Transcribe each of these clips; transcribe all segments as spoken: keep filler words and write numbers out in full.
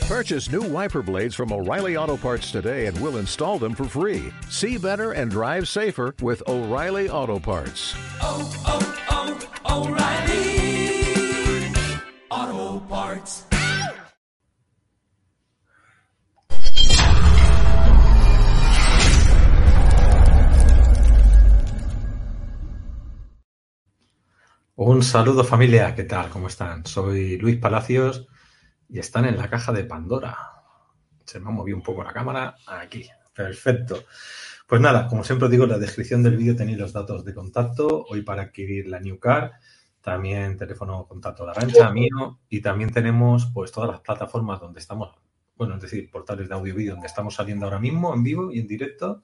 Purchase new wiper blades from O'Reilly Auto Parts today and we'll install them for free. See better and drive safer with O'Reilly Auto Parts. Oh, oh, oh, O'Reilly Auto Parts. Un saludo familia, ¿qué tal? ¿Cómo están? Soy Luis Palacios y están en la caja de Pandora. Se me ha movido un poco la cámara. Aquí, perfecto. Pues nada, como siempre os digo, en la descripción del vídeo tenéis los datos de contacto. Hoy para adquirir la New Car, también teléfono contacto de Arantxa, mío, y también tenemos pues todas las plataformas donde estamos, bueno, es decir, portales de audio y vídeo donde estamos saliendo ahora mismo en vivo y en directo.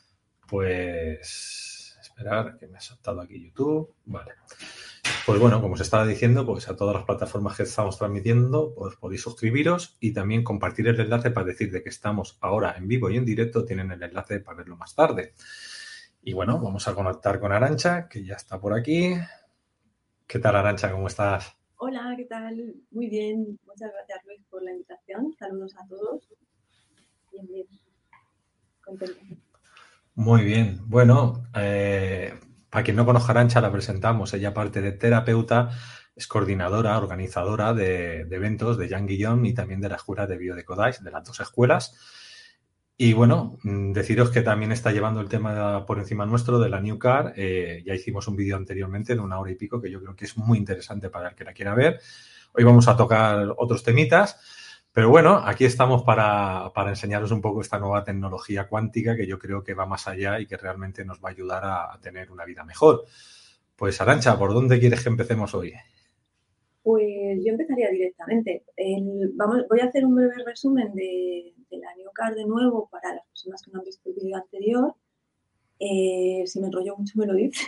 Pues esperar, que me ha saltado aquí YouTube. Vale. Pues bueno, como os estaba diciendo, pues a todas las plataformas que estamos transmitiendo, pues podéis suscribiros y también compartir el enlace para decir de que estamos ahora en vivo y en directo. Tienen el enlace para verlo más tarde. Y bueno, vamos a conectar con Arantxa, que ya está por aquí. ¿Qué tal, Arantxa? ¿Cómo estás? Hola, ¿qué tal? Muy bien. Muchas gracias, Luis, por la invitación. Saludos a todos. Bien, bien. Contenta. Muy bien. Bueno, eh, para quien no conozca a Arantxa, la presentamos. Ella, aparte de terapeuta, es coordinadora, organizadora de, de eventos de Jan Guillón y también de la Escuela de Biodecodage, de las dos escuelas. Y bueno, deciros que también está llevando el tema por encima nuestro de la New Car. Eh, ya hicimos un vídeo anteriormente de una hora y pico que yo creo que es muy interesante para el que la quiera ver. Hoy vamos a tocar otros temitas. Pero bueno, aquí estamos para, para enseñaros un poco esta nueva tecnología cuántica que yo creo que va más allá y que realmente nos va a ayudar a, a tener una vida mejor. Pues Arantxa, ¿por dónde quieres que empecemos hoy? Pues yo empezaría directamente. El, vamos, voy a hacer un breve resumen de, de la New Car de nuevo para las personas que no han visto el vídeo anterior. Eh, si me enrollo mucho me lo dices.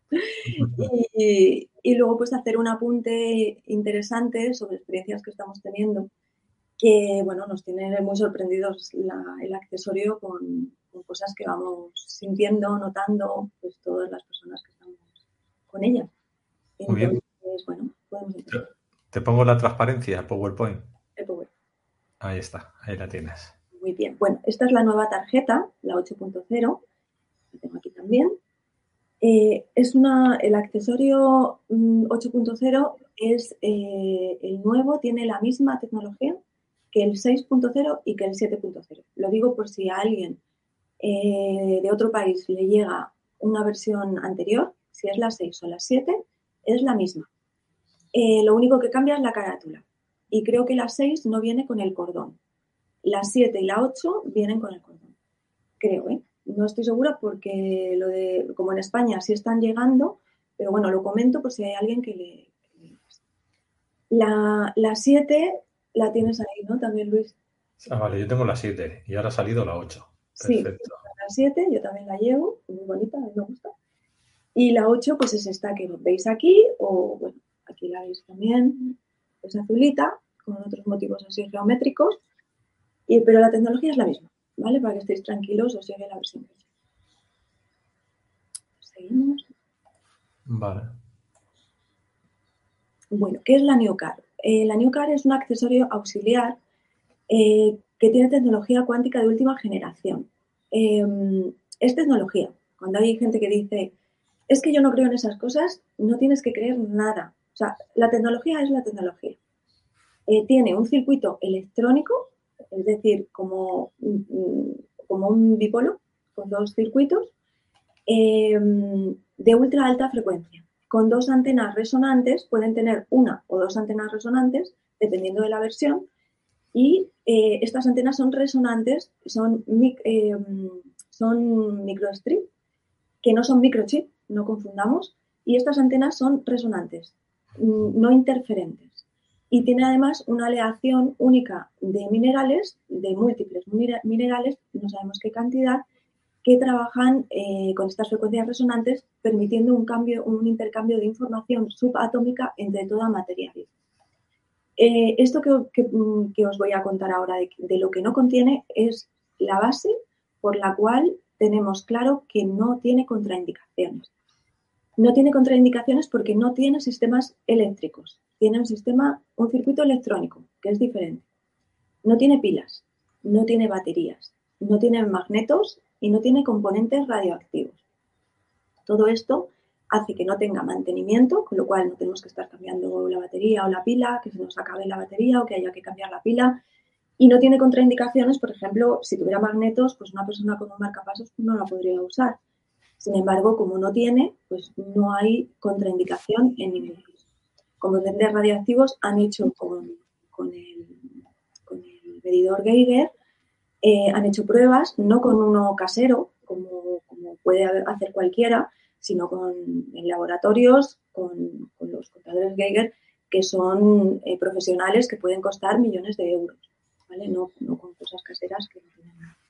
y, y luego pues hacer un apunte interesante sobre experiencias que estamos teniendo que, bueno, nos tiene muy sorprendidos la, el accesorio con, con cosas que vamos sintiendo, notando, pues todas las personas que estamos con ella. Muy Entonces, bien. bueno, podemos empezar. Te, te pongo la transparencia, el PowerPoint. El Power. Ahí está, ahí la tienes. Muy bien. Bueno, esta es la nueva tarjeta, la ocho punto cero. La tengo aquí también. Eh, es una, el accesorio mm, ocho punto cero es eh, el nuevo, tiene la misma tecnología que el seis punto cero y que el siete punto cero. Lo digo por si a alguien eh, de otro país le llega una versión anterior, si es la seis o la siete, es la misma. Eh, lo único que cambia es la carátula. Y creo que la seis no viene con el cordón. La siete y la ocho vienen con el cordón. Creo, ¿eh? No estoy segura porque lo de, como en España sí están llegando, pero bueno, lo comento por si hay alguien que le... Que le la, la siete la tienes ahí, ¿no? También, Luis. Ah, vale, yo tengo la siete y ahora ha salido la ocho. Perfecto. Sí, la siete, yo también la llevo, muy bonita, a mí me gusta. Y la ocho, pues es esta que veis aquí, o bueno, aquí la veis también, es azulita, con otros motivos así geométricos, y, pero la tecnología es la misma, ¿vale? Para que estéis tranquilos, os llegue la versión que seguimos. Vale. Bueno, ¿qué es la New Car? Eh, la New Car es un accesorio auxiliar eh, que tiene tecnología cuántica de última generación. Eh, es tecnología. Cuando hay gente que dice, es que yo no creo en esas cosas, no tienes que creer nada. O sea, la tecnología es la tecnología. Eh, tiene un circuito electrónico, es decir, como, como un dipolo con dos circuitos, eh, de ultra alta frecuencia, con dos antenas resonantes, pueden tener una o dos antenas resonantes, dependiendo de la versión, y eh, estas antenas son resonantes, son, eh, son microstrip, que no son microchip, no confundamos, y estas antenas son resonantes, no interferentes. Y tiene además una aleación única de minerales, de múltiples minerales, no sabemos qué cantidad, que trabajan eh, con estas frecuencias resonantes, permitiendo un, cambio, un intercambio de información subatómica entre toda materia viva. Eh, esto que, que, que os voy a contar ahora de, de lo que no contiene es la base por la cual tenemos claro que no tiene contraindicaciones. No tiene contraindicaciones porque no tiene sistemas eléctricos. Tiene un sistema, un circuito electrónico, que es diferente. no tiene pilas, no tiene baterías, no tiene magnetos y no tiene componentes radioactivos. Todo esto hace que no tenga mantenimiento, con lo cual no tenemos que estar cambiando la batería o la pila, que se nos acabe la batería o que haya que cambiar la pila. Y no tiene contraindicaciones, por ejemplo, si tuviera magnetos, pues una persona con un marcapasos pues no la podría usar. Sin embargo, como no tiene, pues no hay contraindicación en ningún caso. Componentes radiactivos han hecho con, con, el, con el medidor Geiger, eh, han hecho pruebas, no con uno casero, como, como puede hacer cualquiera, sino con, en laboratorios, con, con los contadores Geiger, que son eh, profesionales que pueden costar millones de euros. ¿Vale? No, no con cosas caseras que no tienen nada.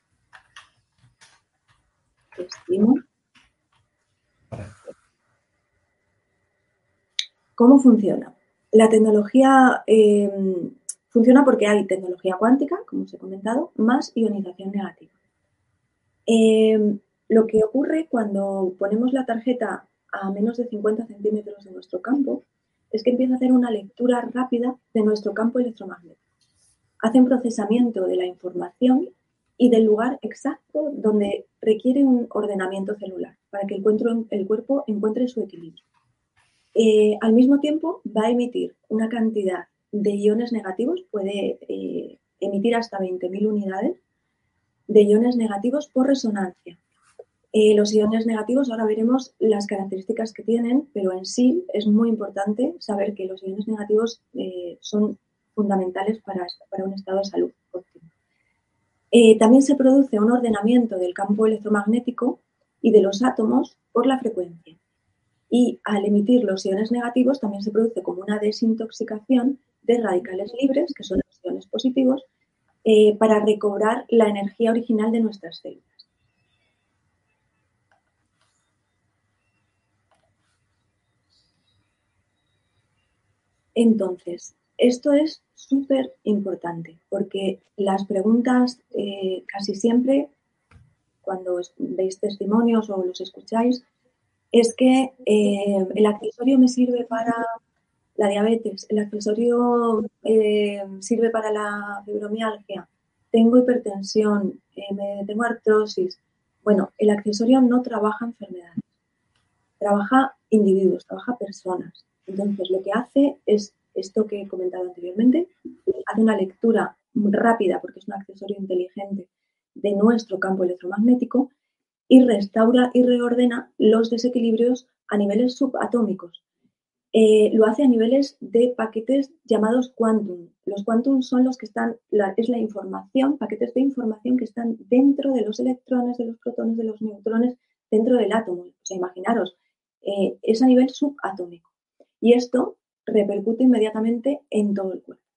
Estimo. ¿Cómo funciona? La tecnología eh, funciona porque hay tecnología cuántica, como os he comentado, más ionización negativa. Eh, lo que ocurre cuando ponemos la tarjeta a menos de cincuenta centímetros de nuestro campo es que empieza a hacer una lectura rápida de nuestro campo electromagnético. Hace un procesamiento de la información y del lugar exacto donde requiere un ordenamiento celular para que el, encuentro, el cuerpo encuentre su equilibrio. Eh, al mismo tiempo va a emitir una cantidad de iones negativos, puede eh, emitir hasta veinte mil unidades de iones negativos por resonancia. Eh, los iones negativos, ahora veremos las características que tienen, pero en sí es muy importante saber que los iones negativos eh, son fundamentales para, para un estado de salud óptimo. Eh, también se produce un ordenamiento del campo electromagnético y de los átomos por la frecuencia. Y al emitir los iones negativos también se produce como una desintoxicación de radicales libres, que son los iones positivos, eh, para recobrar la energía original de nuestras células. Entonces, esto es súper importante porque las preguntas eh, casi siempre, cuando veis testimonios o los escucháis, es que eh, el accesorio me sirve para la diabetes, el accesorio eh, sirve para la fibromialgia, tengo hipertensión, eh, me, tengo artrosis. Bueno, el accesorio no trabaja enfermedades, trabaja individuos, trabaja personas. Entonces, lo que hace es esto que he comentado anteriormente, hace una lectura muy rápida, porque es un accesorio inteligente, de nuestro campo electromagnético y restaura y reordena los desequilibrios a niveles subatómicos. Eh, lo hace a niveles de paquetes llamados quantum. Los quantum son los que están, la, es la información, paquetes de información que están dentro de los electrones, de los protones, de los neutrones, dentro del átomo. O sea, imaginaros, eh, es a nivel subatómico. Y esto repercute inmediatamente en todo el cuerpo.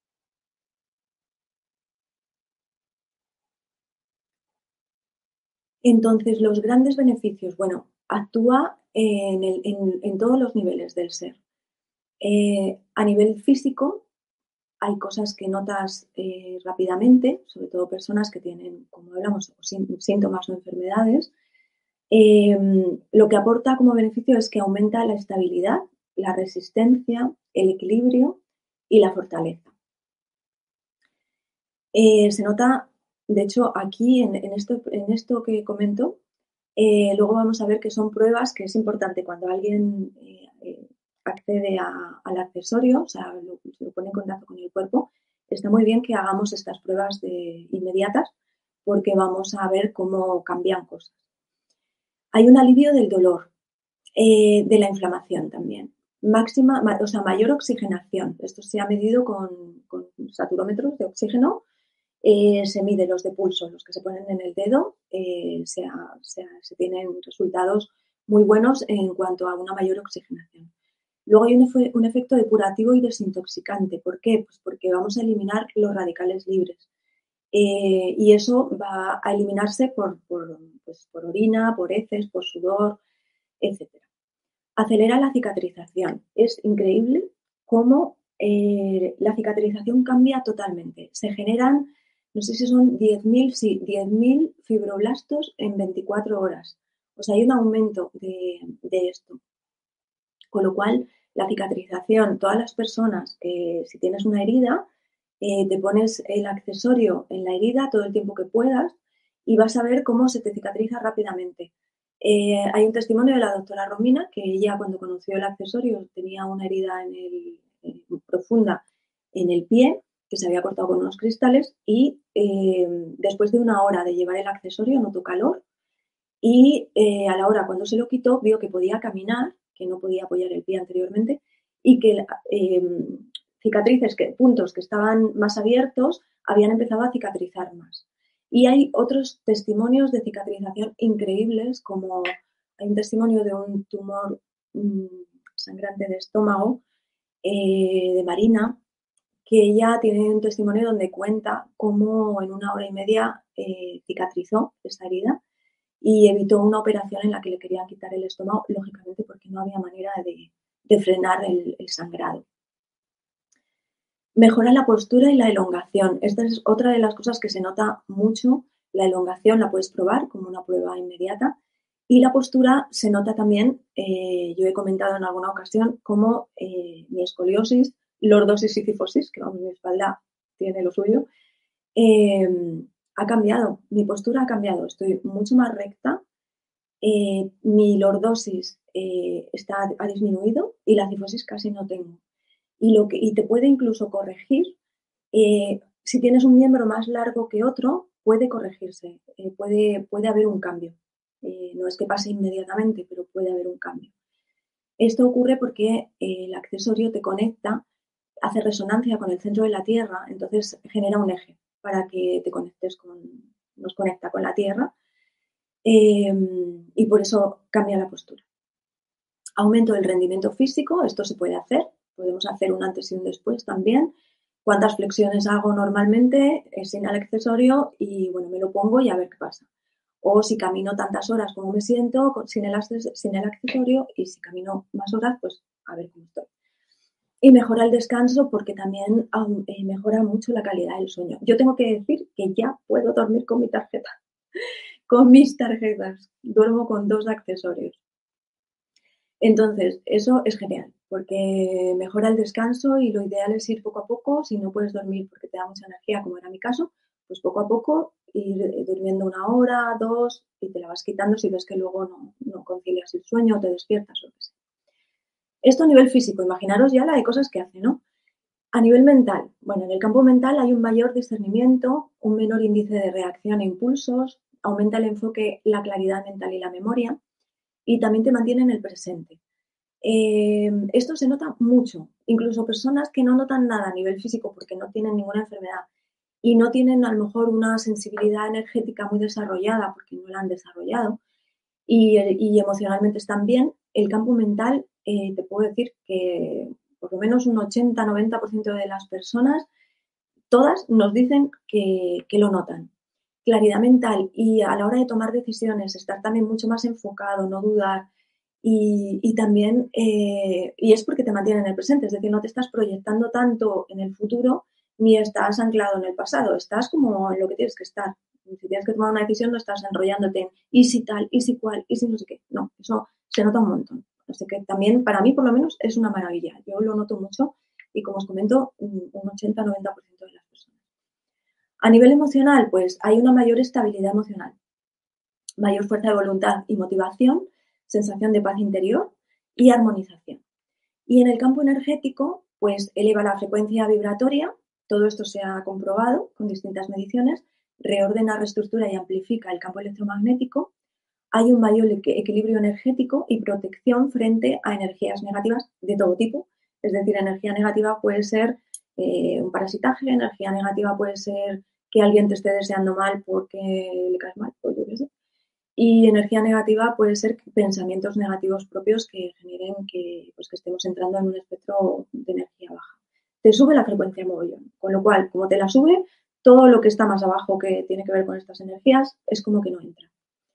Entonces, los grandes beneficios, bueno, actúa en, el, en, en todos los niveles del ser. Eh, a nivel físico, hay cosas que notas eh, rápidamente, sobre todo personas que tienen, como hablamos, síntomas o enfermedades. Eh, lo que aporta como beneficio es que aumenta la estabilidad, la resistencia, el equilibrio y la fortaleza. Eh, se nota, de hecho, aquí en, en, esto, en esto que comento, eh, luego vamos a ver que son pruebas que es importante cuando alguien eh, eh, accede a, al accesorio, o sea, lo, se lo pone en contacto con el cuerpo, está muy bien que hagamos estas pruebas de, inmediatas porque vamos a ver cómo cambian cosas. Hay un alivio del dolor, eh, de la inflamación también. Máxima, o sea, mayor oxigenación. Esto se ha medido con, con saturómetros de oxígeno. Eh, se mide los de pulso, los que se ponen en el dedo, eh, se, ha, se, ha, se tienen resultados muy buenos en cuanto a una mayor oxigenación. Luego hay un, efe, un efecto depurativo y desintoxicante. ¿Por qué? Pues porque vamos a eliminar los radicales libres. Eh, y eso va a eliminarse por, por, pues, por orina, por heces, por sudor, etcétera. Acelera la cicatrización. Es increíble cómo eh, la cicatrización cambia totalmente. Se generan, no sé si son diez mil, sí, diez mil fibroblastos en veinticuatro horas. O sea, hay un aumento de, de esto. Con lo cual, la cicatrización, todas las personas que si tienes una herida, eh, te pones el accesorio en la herida todo el tiempo que puedas y vas a ver cómo se te cicatriza rápidamente. Eh, hay un testimonio de la doctora Romina que ella cuando conoció el accesorio tenía una herida en el, en, profunda en el pie que se había cortado con unos cristales y eh, después de una hora de llevar el accesorio notó calor y eh, a la hora cuando se lo quitó vio que podía caminar, que no podía apoyar el pie anteriormente y que eh, cicatrices, que, puntos que estaban más abiertos habían empezado a cicatrizar más. Y hay otros testimonios de cicatrización increíbles, como hay un testimonio de un tumor mmm, sangrante de estómago eh, de Marina, que ella tiene un testimonio donde cuenta cómo en una hora y media eh, cicatrizó esa herida y evitó una operación en la que le querían quitar el estómago, lógicamente porque no había manera de, de frenar el, el sangrado. Mejora la postura y la elongación. Esta es otra de las cosas que se nota mucho. La elongación la puedes probar como una prueba inmediata. Y la postura se nota también, eh, yo he comentado en alguna ocasión, como eh, mi escoliosis, lordosis y cifosis, que vamos, mi espalda tiene lo suyo, eh, ha cambiado. Mi postura ha cambiado. Estoy mucho más recta. Eh, mi lordosis eh, está, ha disminuido y la cifosis casi no tengo. Y, lo que, y te puede incluso corregir, eh, si tienes un miembro más largo que otro, puede corregirse, eh, puede, puede haber un cambio. Eh, no es que pase inmediatamente, pero puede haber un cambio. Esto ocurre porque eh, el accesorio te conecta, hace resonancia con el centro de la Tierra, entonces genera un eje para que te conectes con, nos conecta con la Tierra eh, y por eso cambia la postura. Aumento del rendimiento físico, esto se puede hacer. Podemos hacer un antes y un después también. ¿Cuántas flexiones hago normalmente eh, sin el accesorio? Y bueno, me lo pongo y a ver qué pasa. O si camino tantas horas como me siento sin el, sin el accesorio y si camino más horas, pues a ver cómo estoy. Y mejora el descanso porque también um, eh, mejora mucho la calidad del sueño. Yo tengo que decir que ya puedo dormir con mi tarjeta, con mis tarjetas. Duermo con dos accesorios. Entonces, eso es genial, porque mejora el descanso y lo ideal es ir poco a poco. Si no puedes dormir porque te da mucha energía, como era mi caso, pues poco a poco ir durmiendo una hora, dos, y te la vas quitando si ves que luego no, no concilias el sueño o te despiertas o lo que sea. Esto a nivel físico, imaginaros ya la de cosas que hace, ¿no? A nivel mental, bueno, en el campo mental hay un mayor discernimiento, un menor índice de reacción a impulsos, aumenta el enfoque, la claridad mental y la memoria, y también te mantiene en el presente. Eh, esto se nota mucho, incluso personas que no notan nada a nivel físico porque no tienen ninguna enfermedad y no tienen a lo mejor una sensibilidad energética muy desarrollada porque no la han desarrollado y, y emocionalmente están bien, el campo mental eh, te puedo decir que por lo menos un ochenta a noventa por ciento de las personas, todas nos dicen que, que lo notan. Claridad mental y a la hora de tomar decisiones, estar también mucho más enfocado, no dudar y, y también, eh, y es porque te mantiene en el presente, es decir, no te estás proyectando tanto en el futuro ni estás anclado en el pasado, estás como en lo que tienes que estar. Si tienes que tomar una decisión no estás enrollándote en y si tal, y si cual, y si no sé qué. No, eso se nota un montón. Así que también, para mí por lo menos, es una maravilla. Yo lo noto mucho y como os comento, un ochenta a noventa por ciento de las personas. A nivel emocional, pues hay una mayor estabilidad emocional, mayor fuerza de voluntad y motivación, sensación de paz interior y armonización. Y en el campo energético, pues eleva la frecuencia vibratoria, todo esto se ha comprobado con distintas mediciones, reordena, reestructura y amplifica el campo electromagnético, hay un mayor equilibrio energético y protección frente a energías negativas de todo tipo, es decir, energía negativa puede ser eh, un parasitaje, energía negativa puede ser que alguien te esté deseando mal porque le caes mal, pues yo qué sé. Y energía negativa puede ser pensamientos negativos propios que generen que, pues, que estemos entrando en un espectro de energía baja. Te sube la frecuencia mogollón, con lo cual, como te la sube, todo lo que está más abajo que tiene que ver con estas energías es como que no entra.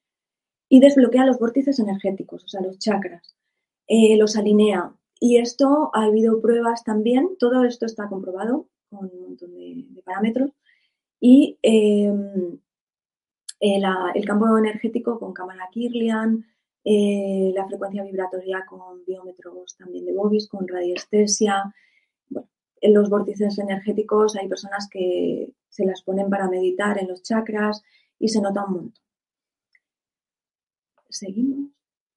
Y desbloquea los vórtices energéticos, o sea, los chakras, eh, los alinea. Y esto ha habido pruebas también, todo esto está comprobado con un montón de, de parámetros. Y eh, eh, la, el campo energético con cámara Kirlian, eh, la frecuencia vibratoria con biómetros también de Bobis, con radiestesia. Bueno, En los vórtices energéticos hay personas que se las ponen para meditar en los chakras y se nota un montón. Seguimos.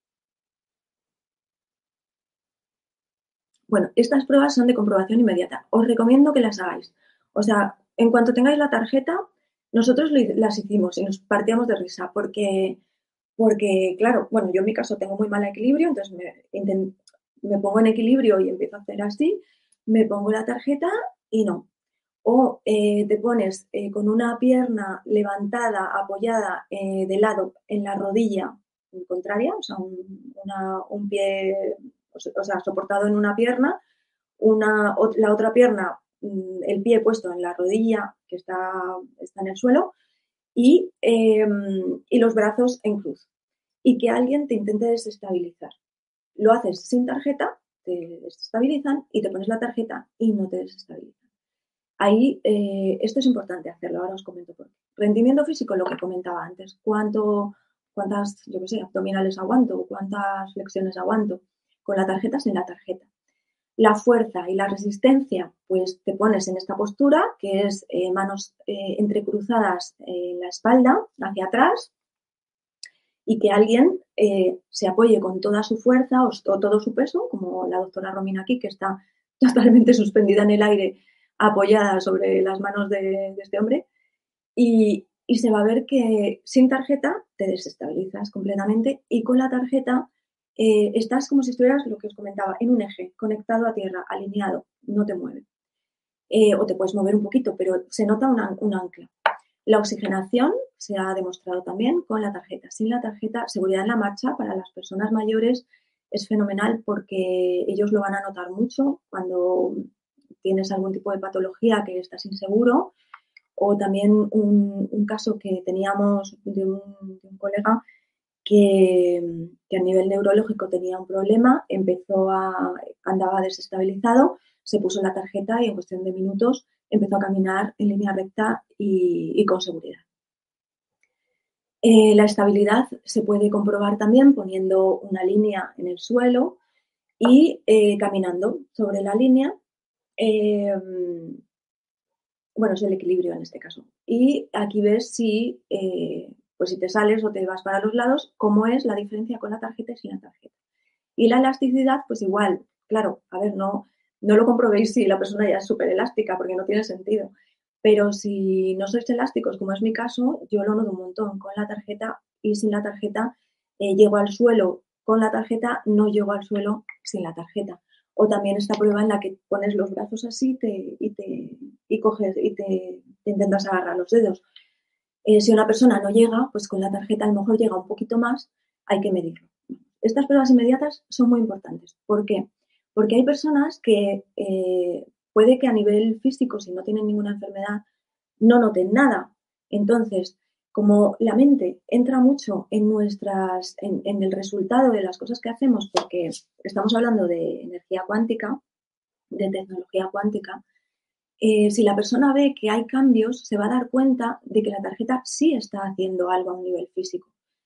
Bueno, estas pruebas son de comprobación inmediata. Os recomiendo que las hagáis. O sea, en cuanto tengáis la tarjeta, nosotros las hicimos y nos partíamos de risa porque, porque claro, bueno, yo en mi caso tengo muy mal equilibrio, entonces me, intent, me pongo en equilibrio y empiezo a hacer así, me pongo la tarjeta y no. O eh, te pones eh, con una pierna levantada, apoyada eh, de lado en la rodilla contraria, o sea, un, una, un pie, o sea, soportado en una pierna, una, la otra pierna, el pie puesto en la rodilla que está, está en el suelo y, eh, y los brazos en cruz. Y que alguien te intente desestabilizar. Lo haces sin tarjeta, te desestabilizan y te pones la tarjeta y no te desestabilizan. Ahí, eh, esto es importante hacerlo, ahora os comento por qué. Rendimiento físico, lo que comentaba antes. ¿Cuánto, cuántas, yo qué sé, abdominales aguanto? ¿Cuántas flexiones aguanto? Con la tarjeta, sin la tarjeta. La fuerza y la resistencia, pues te pones en esta postura, que es eh, manos eh, entrecruzadas en la espalda, hacia atrás, y que alguien eh, se apoye con toda su fuerza o, o todo su peso, como la doctora Romina aquí, que está totalmente suspendida en el aire, apoyada sobre las manos de, de este hombre, y, y se va a ver que sin tarjeta te desestabilizas completamente y con la tarjeta eh, estás como si estuvieras, lo que os comentaba, en un eje, conectado a tierra, alineado, no te mueve. Eh, o te puedes mover un poquito, pero se nota una, un ancla. La oxigenación se ha demostrado también con la tarjeta. Sin la tarjeta, seguridad en la marcha para las personas mayores es fenomenal porque ellos lo van a notar mucho cuando tienes algún tipo de patología que estás inseguro, o también un, un caso que teníamos de un, de un colega que, que a nivel neurológico tenía un problema, empezó a, andaba desestabilizado, se puso la tarjeta y en cuestión de minutos empezó a caminar en línea recta y, y con seguridad. Eh, la estabilidad se puede comprobar también poniendo una línea en el suelo y eh, caminando sobre la línea. Eh, bueno, es el equilibrio en este caso. Y aquí ves si, eh, pues si te sales o te vas para los lados, cómo es la diferencia con la tarjeta y sin la tarjeta. Y la elasticidad, pues igual, claro, a ver, no, no lo comprobéis si la persona ya es súper elástica, porque no tiene sentido. Pero si no sois elásticos, como es mi caso, yo lo noto un montón con la tarjeta y sin la tarjeta. Eh, llego al suelo con la tarjeta, no llego al suelo sin la tarjeta. O también esta prueba en la que pones los brazos así te, y, te, y coges y te, te intentas agarrar los dedos. Eh, si una persona no llega, pues con la tarjeta a lo mejor llega un poquito más, hay que medirlo. Estas pruebas inmediatas son muy importantes. ¿Por qué? Porque hay personas que eh, puede que a nivel físico, si no tienen ninguna enfermedad, no noten nada. Entonces, como la mente entra mucho en nuestras, en, en el resultado de las cosas que hacemos, porque estamos hablando de energía cuántica, de tecnología cuántica, eh, si la persona ve que hay cambios, se va a dar cuenta de que la tarjeta sí está haciendo algo a un nivel físico.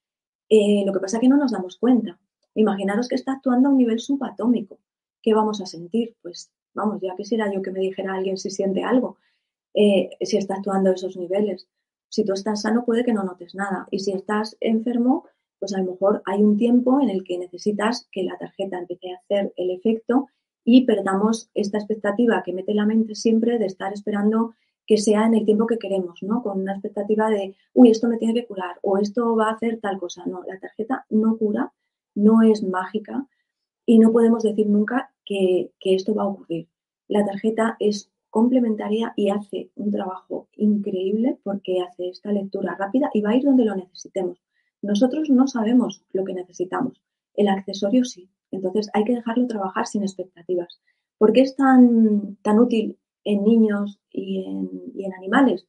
Eh, lo que pasa es que no nos damos cuenta. Imaginaros que está actuando a un nivel subatómico. ¿Qué vamos a sentir? Pues, vamos, ya quisiera yo que me dijera alguien si siente algo, eh, si está actuando a esos niveles. Si tú estás sano, puede que no notes nada. Y si estás enfermo, pues a lo mejor hay un tiempo en el que necesitas que la tarjeta empiece a hacer el efecto y perdamos esta expectativa que mete la mente siempre de estar esperando que sea en el tiempo que queremos, ¿no? Con una expectativa de, uy, esto me tiene que curar o esto va a hacer tal cosa. No, la tarjeta no cura, no es mágica y no podemos decir nunca que, que esto va a ocurrir. La tarjeta es complementaria y hace un trabajo increíble porque hace esta lectura rápida y va a ir donde lo necesitemos. Nosotros no sabemos lo que necesitamos, el accesorio sí. Entonces hay que dejarlo trabajar sin expectativas. ¿Por qué es tan, tan útil en niños y en, y en animales?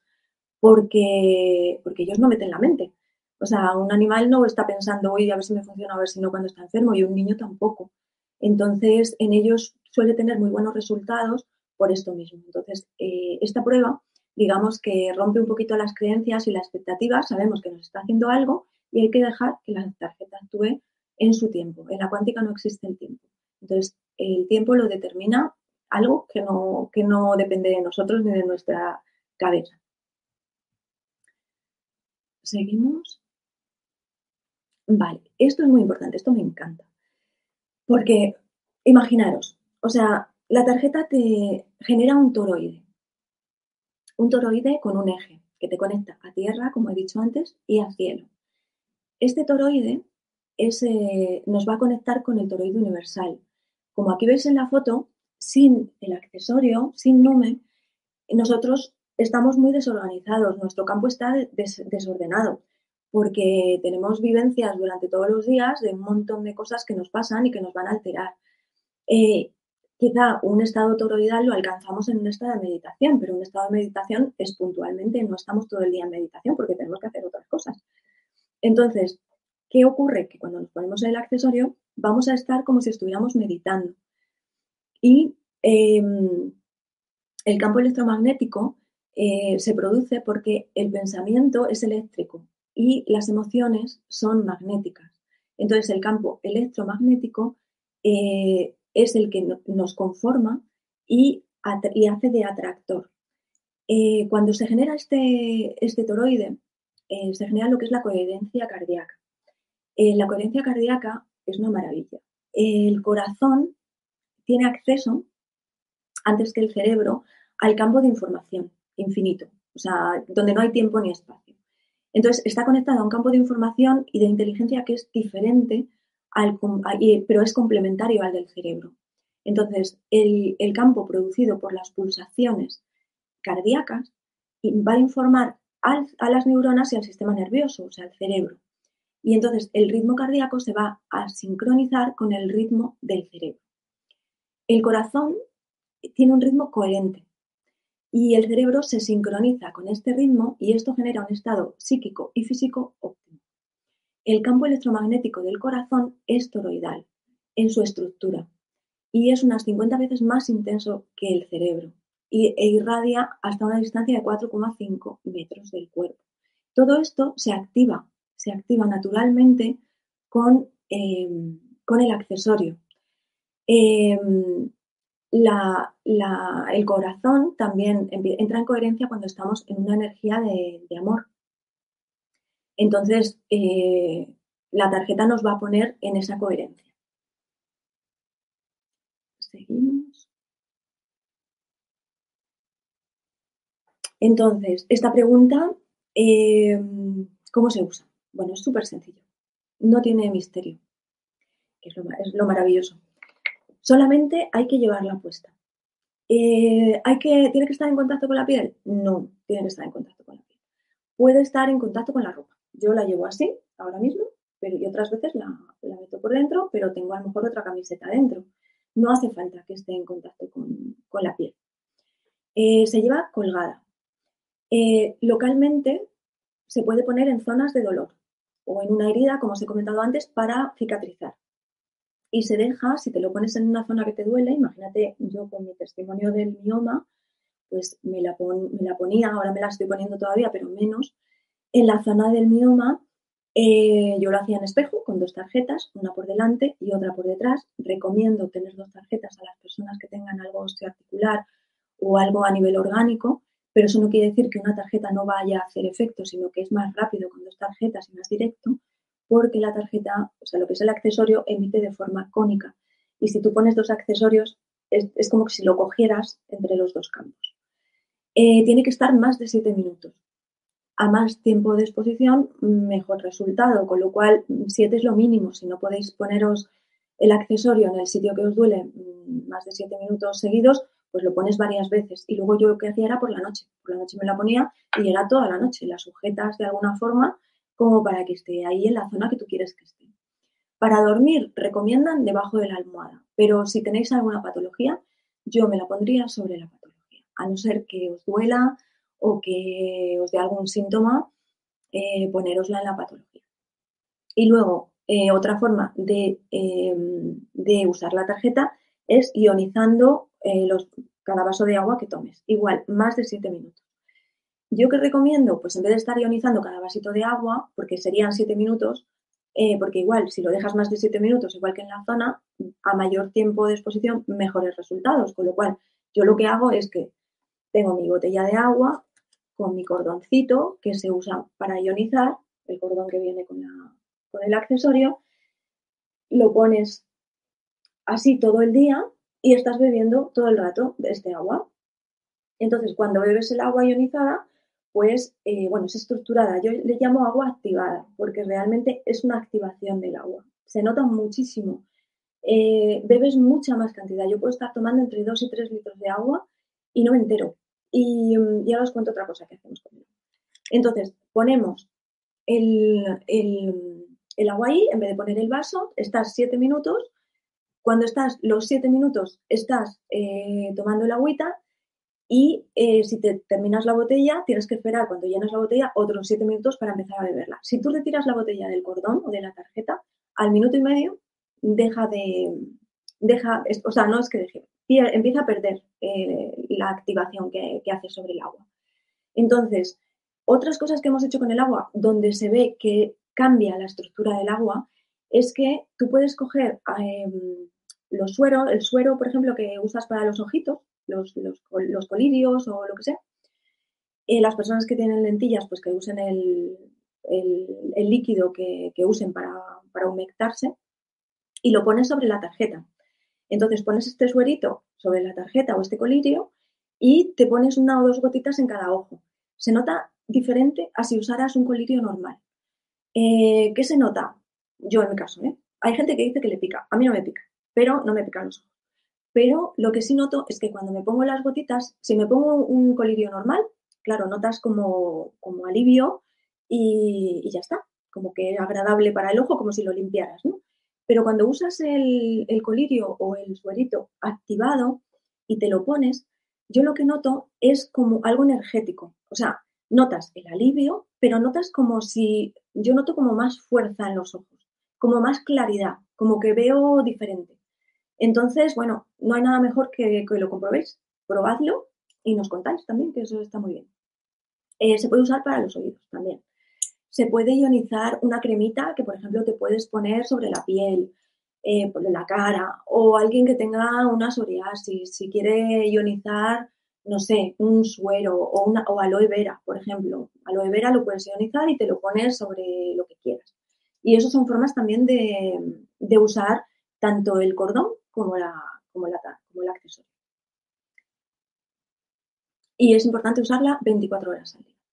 Porque, porque ellos no meten la mente. O sea, un animal no está pensando, oye, a ver si me funciona, a ver si no cuando está enfermo, y un niño tampoco. Entonces, en ellos suele tener muy buenos resultados por esto mismo. Entonces, eh, esta prueba, digamos que rompe un poquito las creencias y las expectativas, sabemos que nos está haciendo algo y hay que dejar que la tarjeta actúe en su tiempo. En la cuántica no existe el tiempo. Entonces, el tiempo lo determina algo que no, que no depende de nosotros ni de nuestra cabeza. Seguimos. Vale, esto es muy importante, esto me encanta. Porque, imaginaros, o sea, la tarjeta te genera un toroide. Un toroide con un eje que te conecta a tierra, como he dicho antes, y a cielo. Este toroide es, eh, nos va a conectar con el toroide universal. Como aquí veis en la foto, sin el accesorio, sin Nume, nosotros estamos muy desorganizados, nuestro campo está des desordenado, porque tenemos vivencias durante todos los días de un montón de cosas que nos pasan y que nos van a alterar. Eh, quizá un estado toroidal lo alcanzamos en un estado de meditación, pero un estado de meditación es puntualmente, no estamos todo el día en meditación porque tenemos que hacer otras cosas. Entonces, ¿qué ocurre? Que cuando nos ponemos el accesorio vamos a estar como si estuviéramos meditando. Y eh, el campo electromagnético eh, se produce porque el pensamiento es eléctrico y las emociones son magnéticas. Entonces, el campo electromagnético eh, es el que no, nos conforma y, y hace de atractor. Eh, cuando se genera este, este toroide, eh, se genera lo que es la coherencia cardíaca. Eh, la coherencia cardíaca es una maravilla. El corazón tiene acceso, antes que el cerebro, al campo de información infinito, o sea, donde no hay tiempo ni espacio. Entonces, está conectado a un campo de información y de inteligencia que es diferente, al, pero es complementario al del cerebro. Entonces, el, el campo producido por las pulsaciones cardíacas va a informar al, a las neuronas y al sistema nervioso, o sea, al cerebro. Y entonces el ritmo cardíaco se va a sincronizar con el ritmo del cerebro. El corazón tiene un ritmo coherente y el cerebro se sincroniza con este ritmo y esto genera un estado psíquico y físico óptimo. El campo electromagnético del corazón es toroidal en su estructura y es unas cincuenta veces más intenso que el cerebro y, e irradia hasta una distancia de cuatro coma cinco metros del cuerpo. Todo esto se activa, se activa naturalmente con, eh, con el accesorio. Eh, la, la, el corazón también entra en coherencia cuando estamos en una energía de, de amor. Entonces, eh, la tarjeta nos va a poner en esa coherencia. Seguimos. Entonces, esta pregunta, eh, ¿cómo se usa? Bueno, es súper sencillo. No tiene misterio, que es lo, es lo maravilloso. Solamente hay que llevarla puesta. Eh, ¿hay que, ¿Tiene que estar en contacto con la piel? No, tiene que estar en contacto con la piel. Puede estar en contacto con la ropa. Yo la llevo así, ahora mismo, pero y otras veces la, la meto por dentro, pero tengo a lo mejor otra camiseta dentro. No hace falta que esté en contacto con, con la piel. Eh, se lleva colgada. Eh, localmente se puede poner en zonas de dolor o en una herida, como os he comentado antes, para cicatrizar. Y se deja, si te lo pones en una zona que te duele, imagínate yo con mi testimonio del mioma, pues me la, pon, me la ponía, ahora me la estoy poniendo todavía, pero menos, en la zona del mioma. Eh, yo lo hacía en espejo con dos tarjetas, una por delante y otra por detrás. Recomiendo tener dos tarjetas a las personas que tengan algo osteoarticular o algo a nivel orgánico, pero eso no quiere decir que una tarjeta no vaya a hacer efecto, sino que es más rápido con dos tarjetas y más directo, porque la tarjeta, o sea, lo que es el accesorio, emite de forma cónica. Y si tú pones dos accesorios, es, es como si lo cogieras entre los dos campos. Eh, tiene que estar más de siete minutos. A más tiempo de exposición, mejor resultado, con lo cual siete es lo mínimo. Si no podéis poneros el accesorio en el sitio que os duele más de siete minutos seguidos, pues lo pones varias veces. Y luego yo lo que hacía era por la noche. Por la noche me la ponía y era toda la noche. La sujetas de alguna forma como para que esté ahí en la zona que tú quieres que esté. Para dormir recomiendan debajo de la almohada, pero si tenéis alguna patología, yo me la pondría sobre la patología, a no ser que os duela o que os dé algún síntoma, eh, ponérosla en la patología. Y luego, eh, otra forma de, eh, de usar la tarjeta es ionizando eh, los, cada vaso de agua que tomes, igual, más de siete minutos. ¿Yo qué recomiendo? Pues en vez de estar ionizando cada vasito de agua, porque serían siete minutos, eh, porque igual si lo dejas más de siete minutos, igual que en la zona, a mayor tiempo de exposición, mejores resultados. Con lo cual, yo lo que hago es que tengo mi botella de agua con mi cordoncito que se usa para ionizar, el cordón que viene con, la, con el accesorio, lo pones así todo el día y estás bebiendo todo el rato de este agua. Entonces, cuando bebes el agua ionizada, pues, eh, bueno, es estructurada. Yo le llamo agua activada porque realmente es una activación del agua. Se nota muchísimo. Eh, bebes mucha más cantidad. Yo puedo estar tomando entre dos y tres litros de agua y no me entero. Y, y ahora os cuento otra cosa que hacemos con él. Entonces, ponemos el, el, el agua ahí, en vez de poner el vaso, estás siete minutos. Cuando estás los siete minutos, estás eh, tomando el agüita y eh, si te terminas la botella, tienes que esperar cuando llenas la botella otros siete minutos para empezar a beberla. Si tú retiras la botella del cordón o de la tarjeta, al minuto y medio deja de... deja, o sea, no es que deje, empieza a perder eh, la activación que, que hace sobre el agua. Entonces, otras cosas que hemos hecho con el agua, donde se ve que cambia la estructura del agua, es que tú puedes coger eh, los sueros, el suero, por ejemplo, que usas para los ojitos, los, los, los colirios o lo que sea. Eh, las personas que tienen lentillas, pues que usen el, el, el líquido que, que usen para, para humectarse y lo pones sobre la tarjeta. Entonces pones este suerito sobre la tarjeta o este colirio y te pones una o dos gotitas en cada ojo. Se nota diferente a si usaras un colirio normal. Eh, ¿Qué se nota? Yo en mi caso, ¿eh? Hay gente que dice que le pica. A mí no me pica, pero no me pican los ojos. Pero lo que sí noto es que cuando me pongo las gotitas, si me pongo un colirio normal, claro, notas como, como alivio y, y ya está. Como que es agradable para el ojo, como si lo limpiaras, ¿no? Pero cuando usas el, el colirio o el suerito activado y te lo pones, yo lo que noto es como algo energético. O sea, notas el alivio, pero notas como si, yo noto como más fuerza en los ojos, como más claridad, como que veo diferente. Entonces, bueno, no hay nada mejor que, que lo comprobéis. Probadlo y nos contáis también, que eso está muy bien. Eh, se puede usar para los oídos también. Se puede ionizar una cremita que, por ejemplo, te puedes poner sobre la piel, eh, por la cara, o alguien que tenga una psoriasis, si quiere ionizar, no sé, un suero o, una, o aloe vera, por ejemplo. Aloe vera lo puedes ionizar y te lo pones sobre lo que quieras. Y eso son formas también de, de usar tanto el cordón como, la, como, la, como el accesorio. Y es importante usarla veinticuatro horas al día.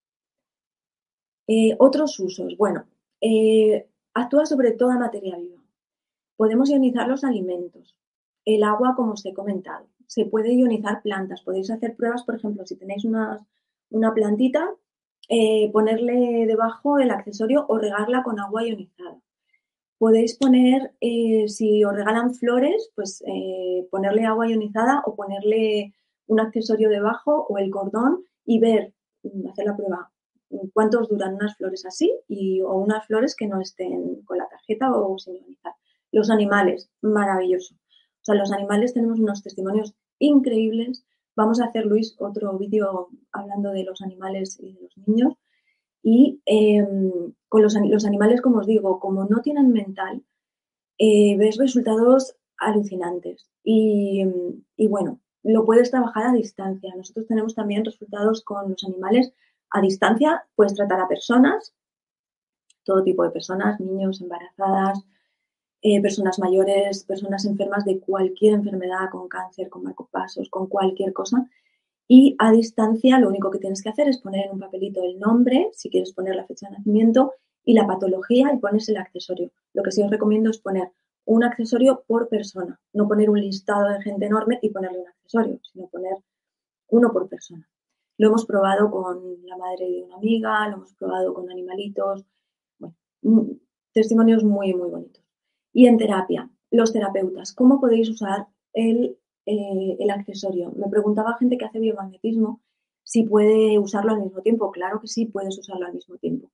Eh, otros usos. Bueno, eh, actúa sobre toda materia viva. Podemos ionizar los alimentos. El agua, como os he comentado. Se puede ionizar plantas. Podéis hacer pruebas, por ejemplo, si tenéis una, una plantita, eh, ponerle debajo el accesorio o regarla con agua ionizada. Podéis poner, eh, si os regalan flores, pues eh, ponerle agua ionizada o ponerle un accesorio debajo o el cordón y ver, hacer la prueba, cuántos duran unas flores así y, o unas flores que no estén con la tarjeta o sin ionizar. Los animales, maravilloso. O sea, los animales tenemos unos testimonios increíbles. Vamos a hacer, Luis, otro vídeo hablando de los animales y de los niños. Y eh, con los, los animales, como os digo, como no tienen mental, eh, ves resultados alucinantes. Y, y bueno, lo puedes trabajar a distancia. Nosotros tenemos también resultados con los animales a distancia. Puedes tratar a personas, todo tipo de personas, niños, embarazadas, eh, personas mayores, personas enfermas de cualquier enfermedad, con cáncer, con marcapasos, con cualquier cosa. Y a distancia lo único que tienes que hacer es poner en un papelito el nombre, si quieres poner la fecha de nacimiento, y la patología y pones el accesorio. Lo que sí os recomiendo es poner un accesorio por persona, no poner un listado de gente enorme y ponerle un accesorio, sino poner uno por persona. Lo hemos probado con la madre de una amiga, lo hemos probado con animalitos, bueno, testimonios muy, muy bonitos. Y en terapia, los terapeutas, ¿cómo podéis usar el Eh, el accesorio? Me preguntaba gente que hace biomagnetismo si puede usarlo al mismo tiempo. Claro que sí, puedes usarlo al mismo tiempo,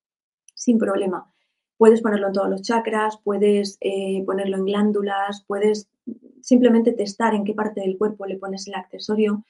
sin problema. Puedes ponerlo en todos los chakras, puedes eh, ponerlo en glándulas, puedes simplemente testar en qué parte del cuerpo le pones el accesorio.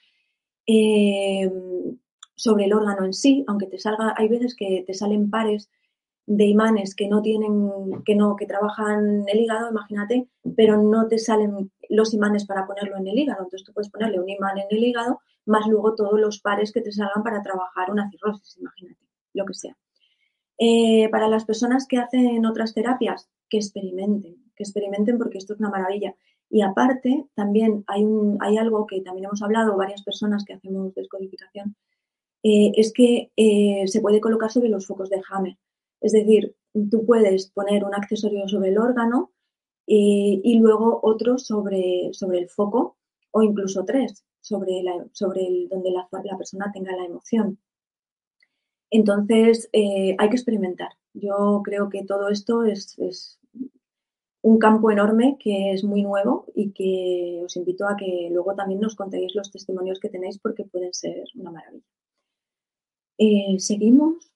Eh, sobre el órgano en sí, aunque te salga, hay veces que te salen pares, de imanes que no tienen, que no, que trabajan el hígado, imagínate, pero no te salen los imanes para ponerlo en el hígado. Entonces tú puedes ponerle un imán en el hígado, más luego todos los pares que te salgan para trabajar una cirrosis, imagínate, lo que sea. Eh, para las personas que hacen otras terapias, que experimenten, que experimenten porque esto es una maravilla. Y aparte, también hay, un, hay algo que también hemos hablado varias personas que hacemos descodificación, eh, es que eh, se puede colocar sobre los focos de Hammer. Es decir, tú puedes poner un accesorio sobre el órgano eh, y luego otro sobre, sobre el foco o incluso tres sobre, la, sobre el, donde la, la persona tenga la emoción. Entonces, eh, hay que experimentar. Yo creo que todo esto es, es un campo enorme que es muy nuevo y que os invito a que luego también nos contéis los testimonios que tenéis porque pueden ser una maravilla. Eh, ¿Seguimos?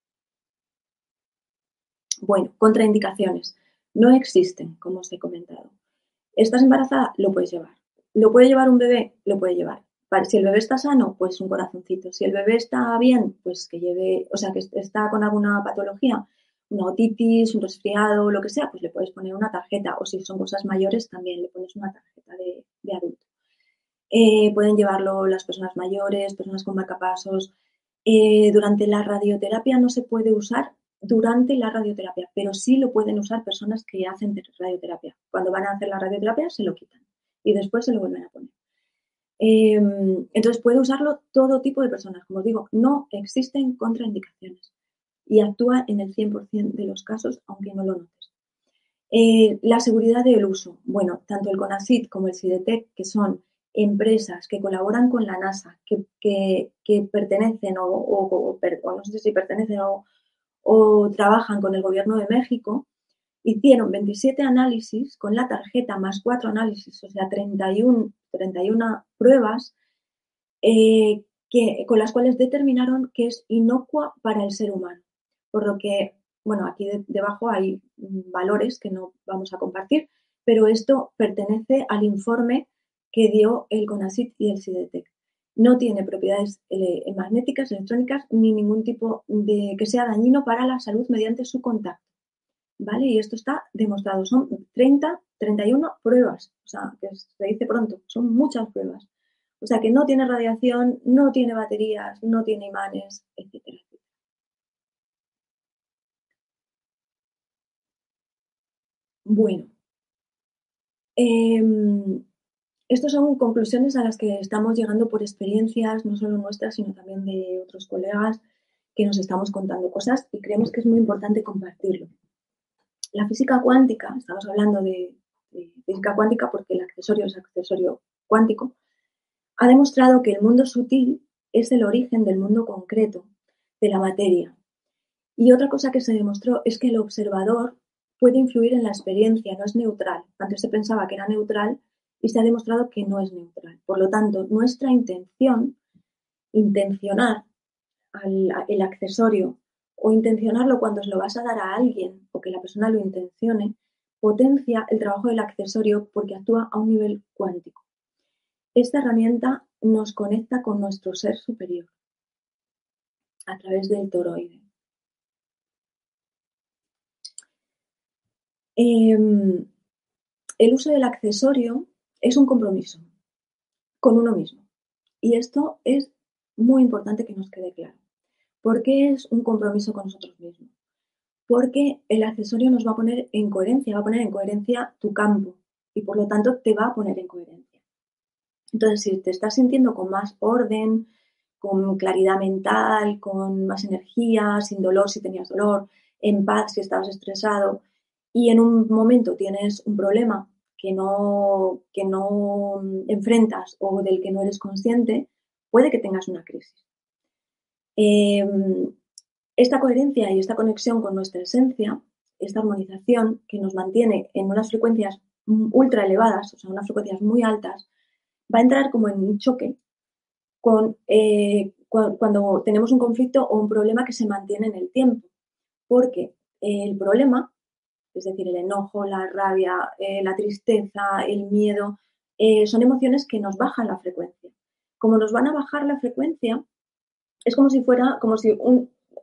Bueno, contraindicaciones. No existen, como os he comentado. ¿Estás embarazada? Lo puedes llevar. ¿Lo puede llevar un bebé? Lo puede llevar. Si el bebé está sano, pues un corazoncito. Si el bebé está bien, pues que lleve, o sea, que está con alguna patología, una otitis, un resfriado, lo que sea, pues le puedes poner una tarjeta. O si son cosas mayores, también le pones una tarjeta de, de adulto. Eh, pueden llevarlo las personas mayores, personas con marcapasos. Eh, durante la radioterapia no se puede usar durante la radioterapia, pero sí lo pueden usar personas que hacen radioterapia. Cuando van a hacer la radioterapia se lo quitan y después se lo vuelven a poner. Eh, entonces puede usarlo todo tipo de personas. Como os digo, no existen contraindicaciones y actúa en el cien por ciento de los casos, aunque no lo notes. Eh, la seguridad del uso. Bueno, tanto el CONACYT como el SIDETEC, que son empresas que colaboran con la NASA, que, que, que pertenecen o, o, o, o no sé si pertenecen o, o trabajan con el gobierno de México, hicieron veintisiete análisis con la tarjeta más cuatro análisis, o sea, treinta y una pruebas eh, que, con las cuales determinaron que es inocua para el ser humano. Por lo que, bueno, aquí de, debajo hay valores que no vamos a compartir, pero esto pertenece al informe que dio el CONACYT y el SIDETEC. No tiene propiedades eh, magnéticas, electrónicas, ni ningún tipo de que sea dañino para la salud mediante su contacto. ¿Vale? Y esto está demostrado. Son treinta, treinta y una pruebas. O sea, que se dice pronto. Son muchas pruebas. O sea, que no tiene radiación, no tiene baterías, no tiene imanes, etcétera. Bueno. Eh, Estas son conclusiones a las que estamos llegando por experiencias, no solo nuestras, sino también de otros colegas que nos estamos contando cosas y creemos que es muy importante compartirlo. La física cuántica, estamos hablando de, de física cuántica porque el accesorio es accesorio cuántico, ha demostrado que el mundo sutil es el origen del mundo concreto, de la materia. Y otra cosa que se demostró es que el observador puede influir en la experiencia, no es neutral. Antes se pensaba que era neutral y se ha demostrado que no es neutral. Por lo tanto, nuestra intención, intencionar al, el accesorio o intencionarlo cuando se lo vas a dar a alguien o que la persona lo intencione, potencia el trabajo del accesorio porque actúa a un nivel cuántico. Esta herramienta nos conecta con nuestro ser superior a través del toroide. Eh, el uso del accesorio es un compromiso con uno mismo. Y esto es muy importante que nos quede claro. ¿Por qué es un compromiso con nosotros mismos? Porque el accesorio nos va a poner en coherencia, va a poner en coherencia tu campo y por lo tanto te va a poner en coherencia. Entonces, si te estás sintiendo con más orden, con claridad mental, con más energía, sin dolor si tenías dolor, en paz si estabas estresado y en un momento tienes un problema que no, que no enfrentas o del que no eres consciente, puede que tengas una crisis. Eh, esta coherencia y esta conexión con nuestra esencia, esta armonización que nos mantiene en unas frecuencias ultra elevadas, o sea, unas frecuencias muy altas, va a entrar como en un choque con, eh, cu- cuando tenemos un conflicto o un problema que se mantiene en el tiempo. Porque el problema, es decir, el enojo, la rabia, eh, la tristeza, el miedo, eh, son emociones que nos bajan la frecuencia. Como nos van a bajar la frecuencia, es como si fuera, como si un,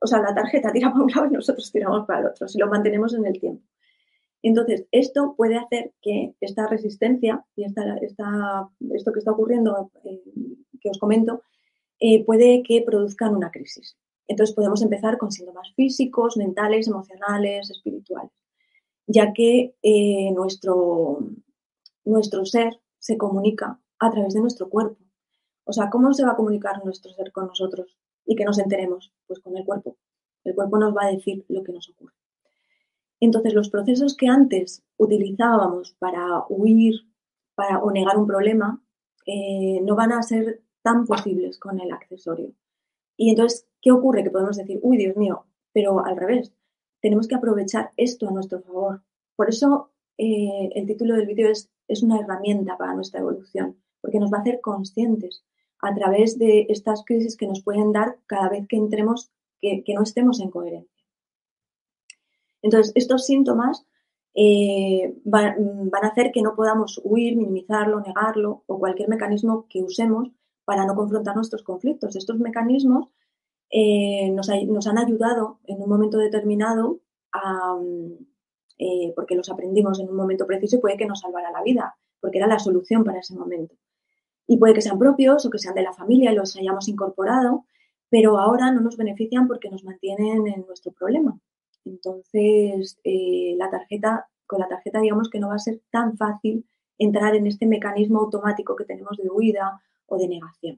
o sea, la tarjeta tira para un lado y nosotros tiramos para el otro, si lo mantenemos en el tiempo. Entonces, esto puede hacer que esta resistencia y esta, esta, esto que está ocurriendo, eh, que os comento, eh, puede que produzcan una crisis. Entonces, podemos empezar con síntomas físicos, mentales, emocionales, espirituales, ya que eh, nuestro, nuestro ser se comunica a través de nuestro cuerpo. O sea, ¿cómo se va a comunicar nuestro ser con nosotros y que nos enteremos? Pues con el cuerpo. El cuerpo nos va a decir lo que nos ocurre. Entonces, los procesos que antes utilizábamos para huir para, o negar un problema eh, no van a ser tan posibles con el accesorio. Y entonces, ¿qué ocurre? Que podemos decir, uy, Dios mío, pero al revés, tenemos que aprovechar esto a nuestro favor. Por eso eh, el título del vídeo es, es una herramienta para nuestra evolución, porque nos va a hacer conscientes a través de estas crisis que nos pueden dar cada vez que entremos, que, que no estemos en coherencia. Entonces, estos síntomas eh, van, van a hacer que no podamos huir, minimizarlo, negarlo o cualquier mecanismo que usemos para no confrontar nuestros conflictos. Estos mecanismos eh, nos, nos han ayudado en un momento determinado a, eh, porque los aprendimos en un momento preciso y puede que nos salvara la vida, porque era la solución para ese momento. Y puede que sean propios o que sean de la familia y los hayamos incorporado, pero ahora no nos benefician porque nos mantienen en nuestro problema. Entonces, eh, la tarjeta, con la tarjeta digamos que no va a ser tan fácil entrar en este mecanismo automático que tenemos de huida o de negación.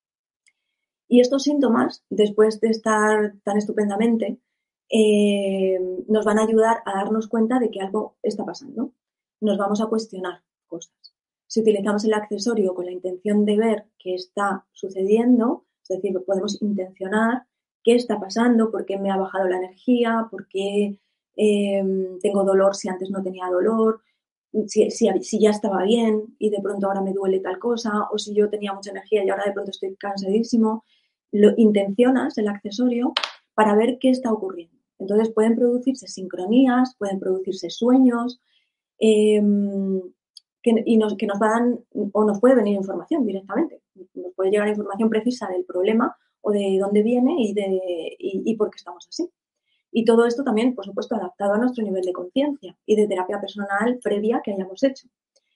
Y estos síntomas, después de estar tan estupendamente, eh, nos van a ayudar a darnos cuenta de que algo está pasando. Nos vamos a cuestionar cosas. Si utilizamos el accesorio con la intención de ver qué está sucediendo, es decir, podemos intencionar qué está pasando, por qué me ha bajado la energía, por qué eh, tengo dolor si antes no tenía dolor, si, si, si ya estaba bien y de pronto ahora me duele tal cosa, o si yo tenía mucha energía y ahora de pronto estoy cansadísimo. Lo intencionas el accesorio para ver qué está ocurriendo. Entonces pueden producirse sincronías, pueden producirse sueños, eh, que, y nos, que nos van, o nos puede venir información directamente. Nos puede llegar información precisa del problema o de dónde viene y, de, y, y por qué estamos así. Y todo esto también, por supuesto, adaptado a nuestro nivel de conciencia y de terapia personal previa que hayamos hecho.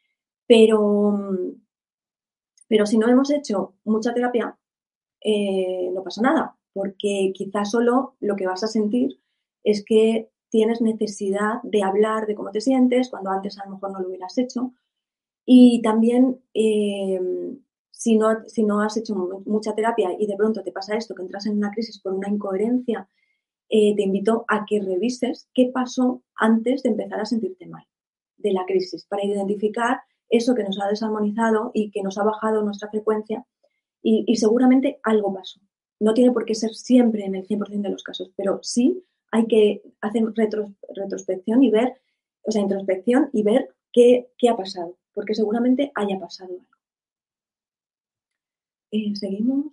Pero, pero si no hemos hecho mucha terapia, eh, no pasa nada, porque quizás solo lo que vas a sentir es que tienes necesidad de hablar de cómo te sientes, cuando antes a lo mejor no lo hubieras hecho. Y también, eh, si, no, si no has hecho mucha terapia y de pronto te pasa esto, que entras en una crisis por una incoherencia, eh, te invito a que revises qué pasó antes de empezar a sentirte mal de la crisis, para identificar eso que nos ha desarmonizado y que nos ha bajado nuestra frecuencia y, y seguramente algo pasó. No tiene por qué ser siempre en el cien por ciento de los casos, pero sí hay que hacer retros, retrospección y ver, o sea, introspección y ver qué, qué ha pasado, porque seguramente haya pasado algo. Eh, Seguimos.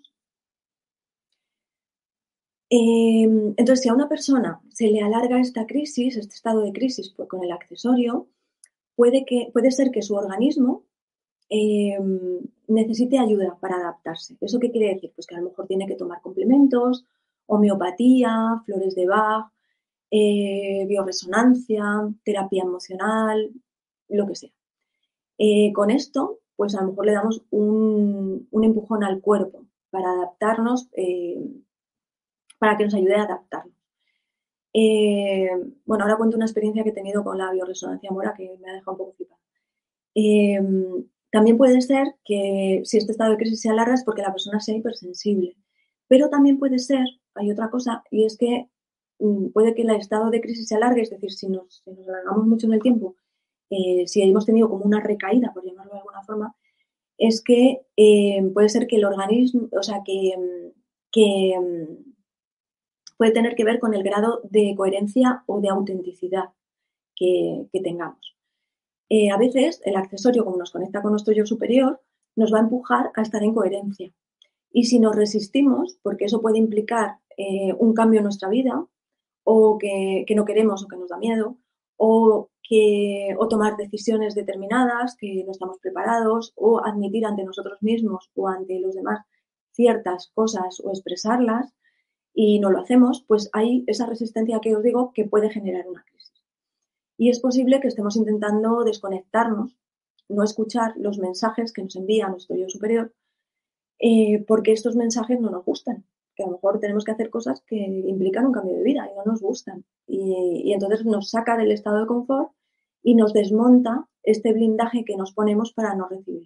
Eh, entonces, si a una persona se le alarga esta crisis, este estado de crisis pues, con el accesorio, puede, que, puede ser que su organismo eh, necesite ayuda para adaptarse. ¿Eso qué quiere decir? Pues que a lo mejor tiene que tomar complementos, homeopatía, flores de Bach, eh, bioresonancia, terapia emocional, lo que sea. Eh, con esto, pues a lo mejor le damos un, un empujón al cuerpo para adaptarnos, eh, para que nos ayude a adaptarnos. Eh, bueno, ahora cuento una experiencia que he tenido con la bioresonancia mora que me ha dejado un poco flipada. Eh, también puede ser que si este estado de crisis se alarga es porque la persona sea hipersensible, pero también puede ser, hay otra cosa, y es que um, puede que el estado de crisis se alargue, es decir, si nos, si nos alargamos mucho en el tiempo, eh, si hemos tenido como una recaída, por llamarlo de alguna forma, es que eh, puede ser que el organismo, o sea, que, que puede tener que ver con el grado de coherencia o de autenticidad que, que tengamos. Eh, a veces el accesorio, como nos conecta con nuestro yo superior, nos va a empujar a estar en coherencia. Y si nos resistimos, porque eso puede implicar eh, un cambio en nuestra vida, o que, que no queremos o que nos da miedo, o, que, o tomar decisiones determinadas que no estamos preparados, o admitir ante nosotros mismos o ante los demás ciertas cosas o expresarlas, y no lo hacemos, pues hay esa resistencia que os digo que puede generar una crisis. Y es posible que estemos intentando desconectarnos, no escuchar los mensajes que nos envía nuestro yo superior, eh, porque estos mensajes no nos gustan. Que a lo mejor tenemos que hacer cosas que implican un cambio de vida y no nos gustan. Y, y entonces nos saca del estado de confort y nos desmonta este blindaje que nos ponemos para no recibir.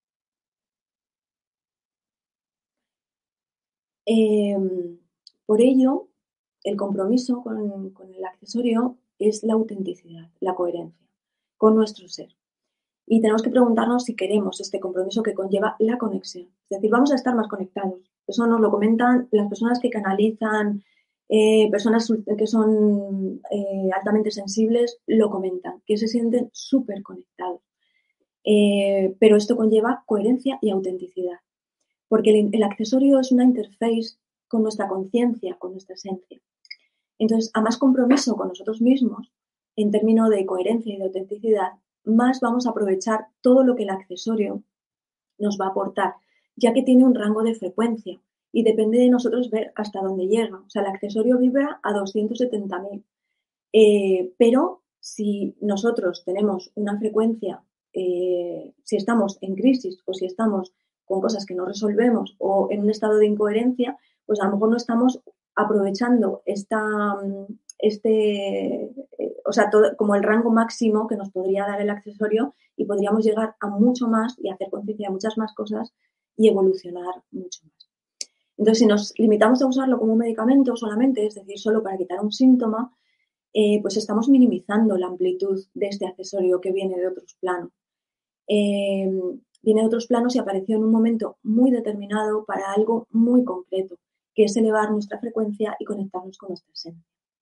Eh, por ello, el compromiso con, con el accesorio es la autenticidad, la coherencia con nuestro ser. Y tenemos que preguntarnos si queremos este compromiso que conlleva la conexión. Es decir, vamos a estar más conectados. Eso nos lo comentan las personas que canalizan, eh, personas que son eh, altamente sensibles, lo comentan, que se sienten súper conectados. Eh, pero esto conlleva coherencia y autenticidad. Porque el, el accesorio es una interface con nuestra conciencia, con nuestra esencia. Entonces, a más compromiso con nosotros mismos, en términos de coherencia y de autenticidad, más vamos a aprovechar todo lo que el accesorio nos va a aportar, ya que tiene un rango de frecuencia y depende de nosotros ver hasta dónde llega. O sea, el accesorio vibra a doscientos setenta mil, eh, pero si nosotros tenemos una frecuencia, eh, si estamos en crisis o si estamos con cosas que no resolvemos o en un estado de incoherencia, pues a lo mejor no estamos aprovechando esta, este, eh, o sea, todo, como el rango máximo que nos podría dar el accesorio y podríamos llegar a mucho más y hacer conciencia de muchas más cosas y evolucionar mucho más. Entonces, si nos limitamos a usarlo como un medicamento solamente, es decir, solo para quitar un síntoma, eh, pues estamos minimizando la amplitud de este accesorio que viene de otros planos. Eh, viene de otros planos y apareció en un momento muy determinado para algo muy concreto, que es elevar nuestra frecuencia y conectarnos con nuestra esencia.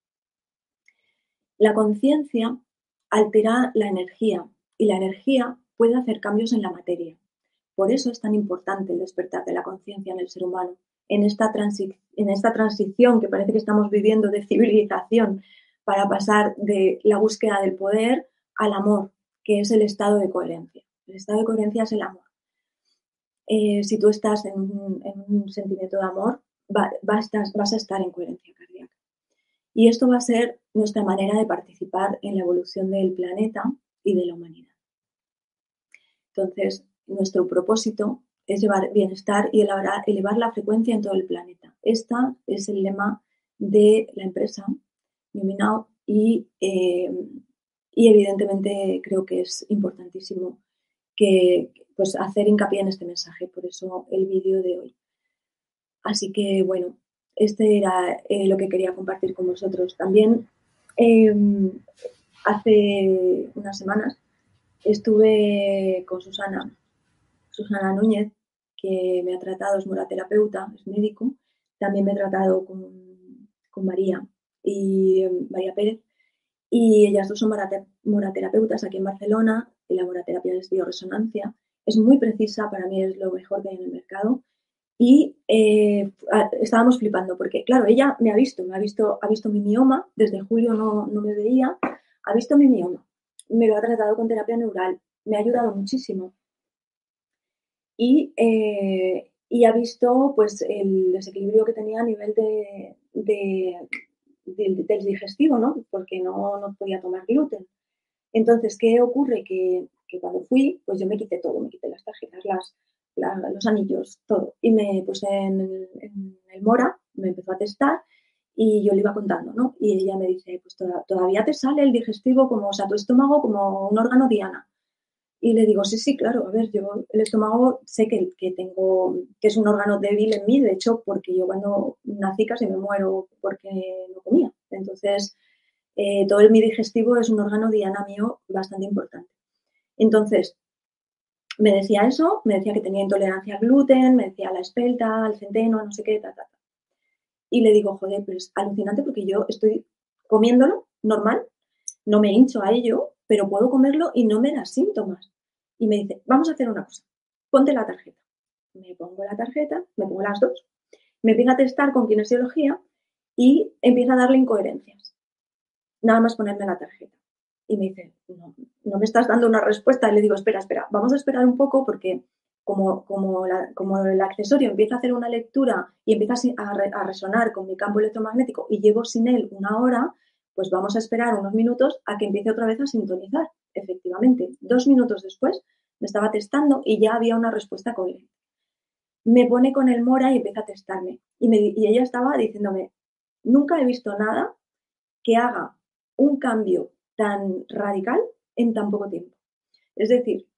La conciencia altera la energía y la energía puede hacer cambios en la materia. Por eso es tan importante el despertar de la conciencia en el ser humano, en esta, transi- en esta transición que parece que estamos viviendo de civilización para pasar de la búsqueda del poder al amor, que es el estado de coherencia. El estado de coherencia es el amor. Eh, si tú estás en un, en un sentimiento de amor, va, va a estar, vas a estar en coherencia cardíaca. Y esto va a ser nuestra manera de participar en la evolución del planeta y de la humanidad. Entonces, nuestro propósito es llevar bienestar y elevar, elevar la frecuencia en todo el planeta. Este es el lema de la empresa Numinao y, eh, y evidentemente creo que es importantísimo que, pues, hacer hincapié en este mensaje, por eso el vídeo de hoy. Así que, bueno, este era eh, lo que quería compartir con vosotros. También eh, hace unas semanas estuve con Susana, Susana Núñez, que me ha tratado, es moraterapeuta, es médico. También me he tratado con, con María y eh, María Pérez. Y ellas dos son moraterapeutas aquí en Barcelona. Y la moraterapia es bioresonancia. Es muy precisa, para mí es lo mejor que hay en el mercado. Y eh, estábamos flipando porque, claro, ella me ha visto, me ha visto, ha visto mi mioma, desde julio no, no me veía, ha visto mi mioma, me lo ha tratado con terapia neural, me ha ayudado muchísimo. Y, eh, y ha visto pues el desequilibrio que tenía a nivel de, de, de, del digestivo, ¿no? Porque no, no podía tomar gluten. Entonces, ¿qué ocurre? Que, que cuando fui, pues yo me quité todo, me quité las tarjetas, las, la, los anillos, todo. Y me puse en el, en el Mora, me empezó a testar y yo le iba contando, ¿no? Y ella me dice, pues toda, todavía te sale el digestivo, como, o sea, tu estómago como un órgano diana. Y le digo, sí, sí, claro, a ver, yo el estómago sé que, que tengo, que es un órgano débil en mí, de hecho, porque yo cuando nací casi me muero porque no comía. Entonces, eh, todo el mi digestivo es un órgano diana mío bastante importante. Entonces, me decía eso, me decía que tenía intolerancia al gluten, me decía la espelta, al centeno, no sé qué, ta, ta, ta. Y le digo, joder, pero es alucinante porque yo estoy comiéndolo normal, no me hincho a ello, pero puedo comerlo y no me da síntomas. Y me dice, vamos a hacer una cosa, ponte la tarjeta. Me pongo la tarjeta, me pongo las dos, me empieza a testar con kinesiología y empieza a darle incoherencias. Nada más ponerme la tarjeta. Y me dice, no, no me estás dando una respuesta. Y le digo, espera, espera, vamos a esperar un poco porque como, como, la, como el accesorio empieza a hacer una lectura y empieza a, re, a resonar con mi campo electromagnético y llevo sin él una hora, pues vamos a esperar unos minutos a que empiece otra vez a sintonizar. Efectivamente, dos minutos después me estaba testando y ya había una respuesta coherente. Me pone con el Mora y empieza a testarme. Y, me, y ella estaba diciéndome, nunca he visto nada que haga un cambio tan radical en tan poco tiempo. Es decir,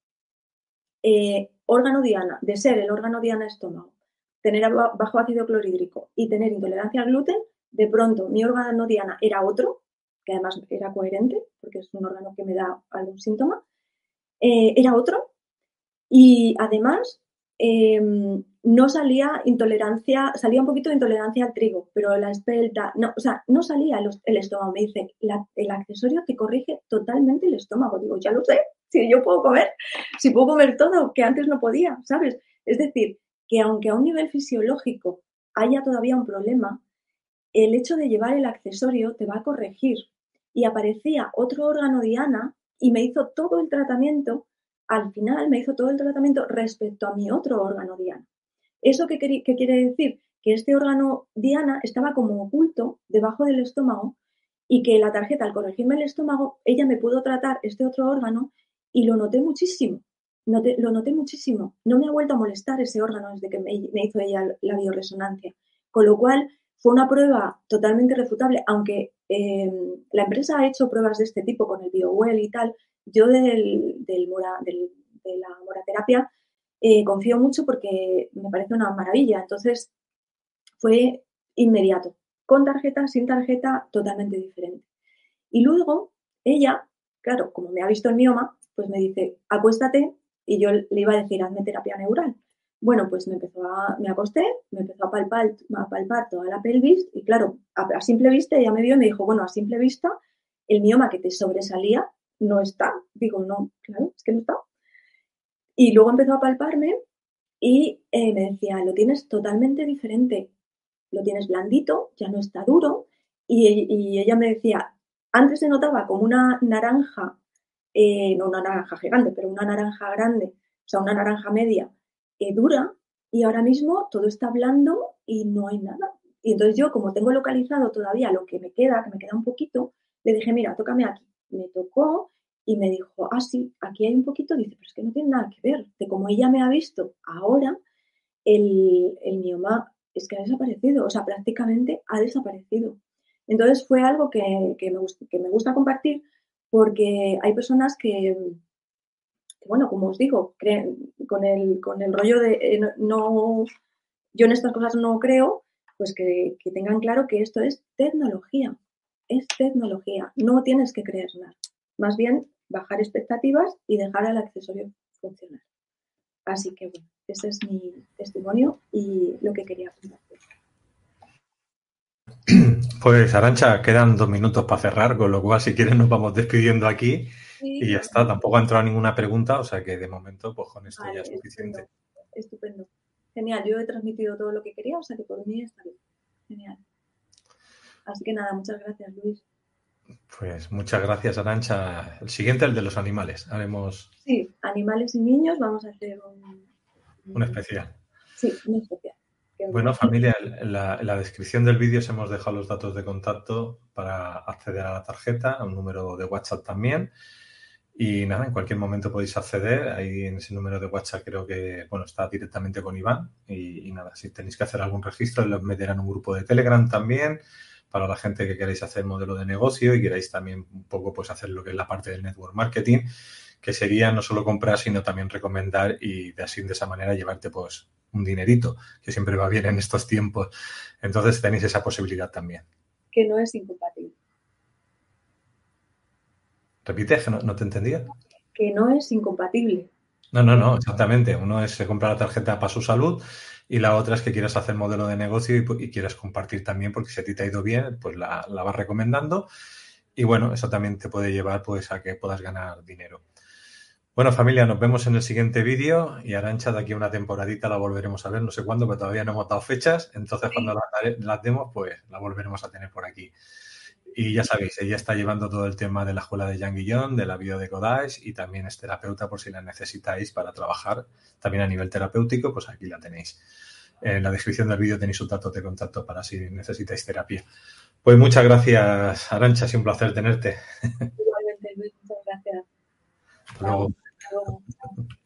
eh, órgano diana, de ser el órgano diana estómago, tener bajo ácido clorhídrico y tener intolerancia al gluten, de pronto mi órgano diana era otro, que además era coherente, porque es un órgano que me da algún síntoma, eh, era otro, y además eh, no salía intolerancia, salía un poquito de intolerancia al trigo, pero la espelta, no, o sea, no salía el, el estómago. Me dice, la, el accesorio te corrige totalmente el estómago. Digo, ya lo sé, si yo puedo comer, si puedo comer todo, que antes no podía, ¿sabes? Es decir, que aunque a un nivel fisiológico haya todavía un problema, el hecho de llevar el accesorio te va a corregir. Y aparecía otro órgano diana y me hizo todo el tratamiento. Al final me hizo todo el tratamiento respecto a mi otro órgano diana. ¿Eso qué, qué quiere decir? Que este órgano diana estaba como oculto debajo del estómago y que la tarjeta, al corregirme el estómago, ella me pudo tratar este otro órgano y lo noté muchísimo. Noté, lo noté muchísimo. No me ha vuelto a molestar ese órgano desde que me, me hizo ella la bioresonancia. Con lo cual, fue una prueba totalmente refutable, aunque eh, la empresa ha hecho pruebas de este tipo con el BioWell y tal. Yo del, del mora, del, de la moraterapia eh, confío mucho porque me parece una maravilla. Entonces, fue inmediato. Con tarjeta, sin tarjeta, totalmente diferente. Y luego, ella, claro, como me ha visto el mioma, pues me dice, acuéstate, y yo le iba a decir, hazme terapia neural. Bueno, pues me empezó a, me acosté, me empezó a palpar, a palpar toda la pelvis y claro, a, a simple vista ella me vio y me dijo, bueno, a simple vista el mioma que te sobresalía no está. Digo, no, claro, es que no está. Y luego empezó a palparme y eh, me decía, lo tienes totalmente diferente, lo tienes blandito, ya no está duro. Y, y ella me decía, antes se notaba como una naranja, eh, no una naranja gigante, pero una naranja grande, o sea, una naranja media, Eh, dura, y ahora mismo todo está blando y no hay nada. Y entonces yo, como tengo localizado todavía lo que me queda, que me queda un poquito, le dije, mira, tócame aquí. Me tocó y me dijo, ah, sí, aquí hay un poquito. Dice, pero es que no tiene nada que ver. De como ella me ha visto ahora, el, el mioma es que ha desaparecido, o sea, prácticamente ha desaparecido. Entonces fue algo que, que, me, gusta, que me gusta compartir porque hay personas que... bueno, como os digo, creen, con, el, con el rollo de eh, no, yo en estas cosas no creo, pues que, que tengan claro que esto es tecnología, es tecnología, no tienes que creer nada. Más bien, bajar expectativas y dejar al accesorio funcionar. Así que, bueno, ese es mi testimonio y lo que quería compartir. Pues, Arantxa, quedan dos minutos para cerrar, con lo cual, si quieres, nos vamos despidiendo aquí. Sí. Y ya está, tampoco ha entrado ninguna pregunta, o sea que de momento, pues con esto vale, ya es suficiente. Estupendo, estupendo. Genial, yo he transmitido todo lo que quería, o sea que por mí está bien. Genial. Así que nada, muchas gracias, Luis. Pues muchas gracias, Arantxa. El siguiente, el de los animales. Haremos... Sí, animales y niños, vamos a hacer un... Un especial. Sí, un especial. Bueno, familia, en la, en la descripción del vídeo os hemos dejado los datos de contacto para acceder a la tarjeta, a un número de WhatsApp también. Y nada, en cualquier momento podéis acceder. Ahí en ese número de WhatsApp creo que, bueno, está directamente con Iván. Y, y nada, si tenéis que hacer algún registro, los meterán en un grupo de Telegram también, para la gente que queráis hacer modelo de negocio y queráis también un poco pues hacer lo que es la parte del network marketing, que sería no solo comprar, sino también recomendar y de así de esa manera llevarte pues un dinerito, que siempre va bien en estos tiempos. Entonces tenéis esa posibilidad también. Que no es incompatible. ¿Repite? Que no, no te entendía. Que no es incompatible. No, no, no, exactamente. Uno es comprar la tarjeta para su salud y la otra es que quieras hacer modelo de negocio y, y quieras compartir también porque si a ti te ha ido bien, pues la, la vas recomendando y bueno, eso también te puede llevar pues a que puedas ganar dinero. Bueno, familia, nos vemos en el siguiente vídeo y Arantxa de aquí a una temporadita la volveremos a ver, no sé cuándo, pero todavía no hemos dado fechas, entonces sí. Cuando las, las demos, pues la volveremos a tener por aquí. Y ya sabéis, ella está llevando todo el tema de la escuela de Jean Guillon, de la biodecodage, y también es terapeuta por si la necesitáis para trabajar también a nivel terapéutico, pues aquí la tenéis. En la descripción del vídeo tenéis sus datos de contacto para si necesitáis terapia. Pues muchas gracias, Arantxa, ha sido un placer tenerte. Igualmente, Luis, muchas gracias. Hasta luego. Hasta luego.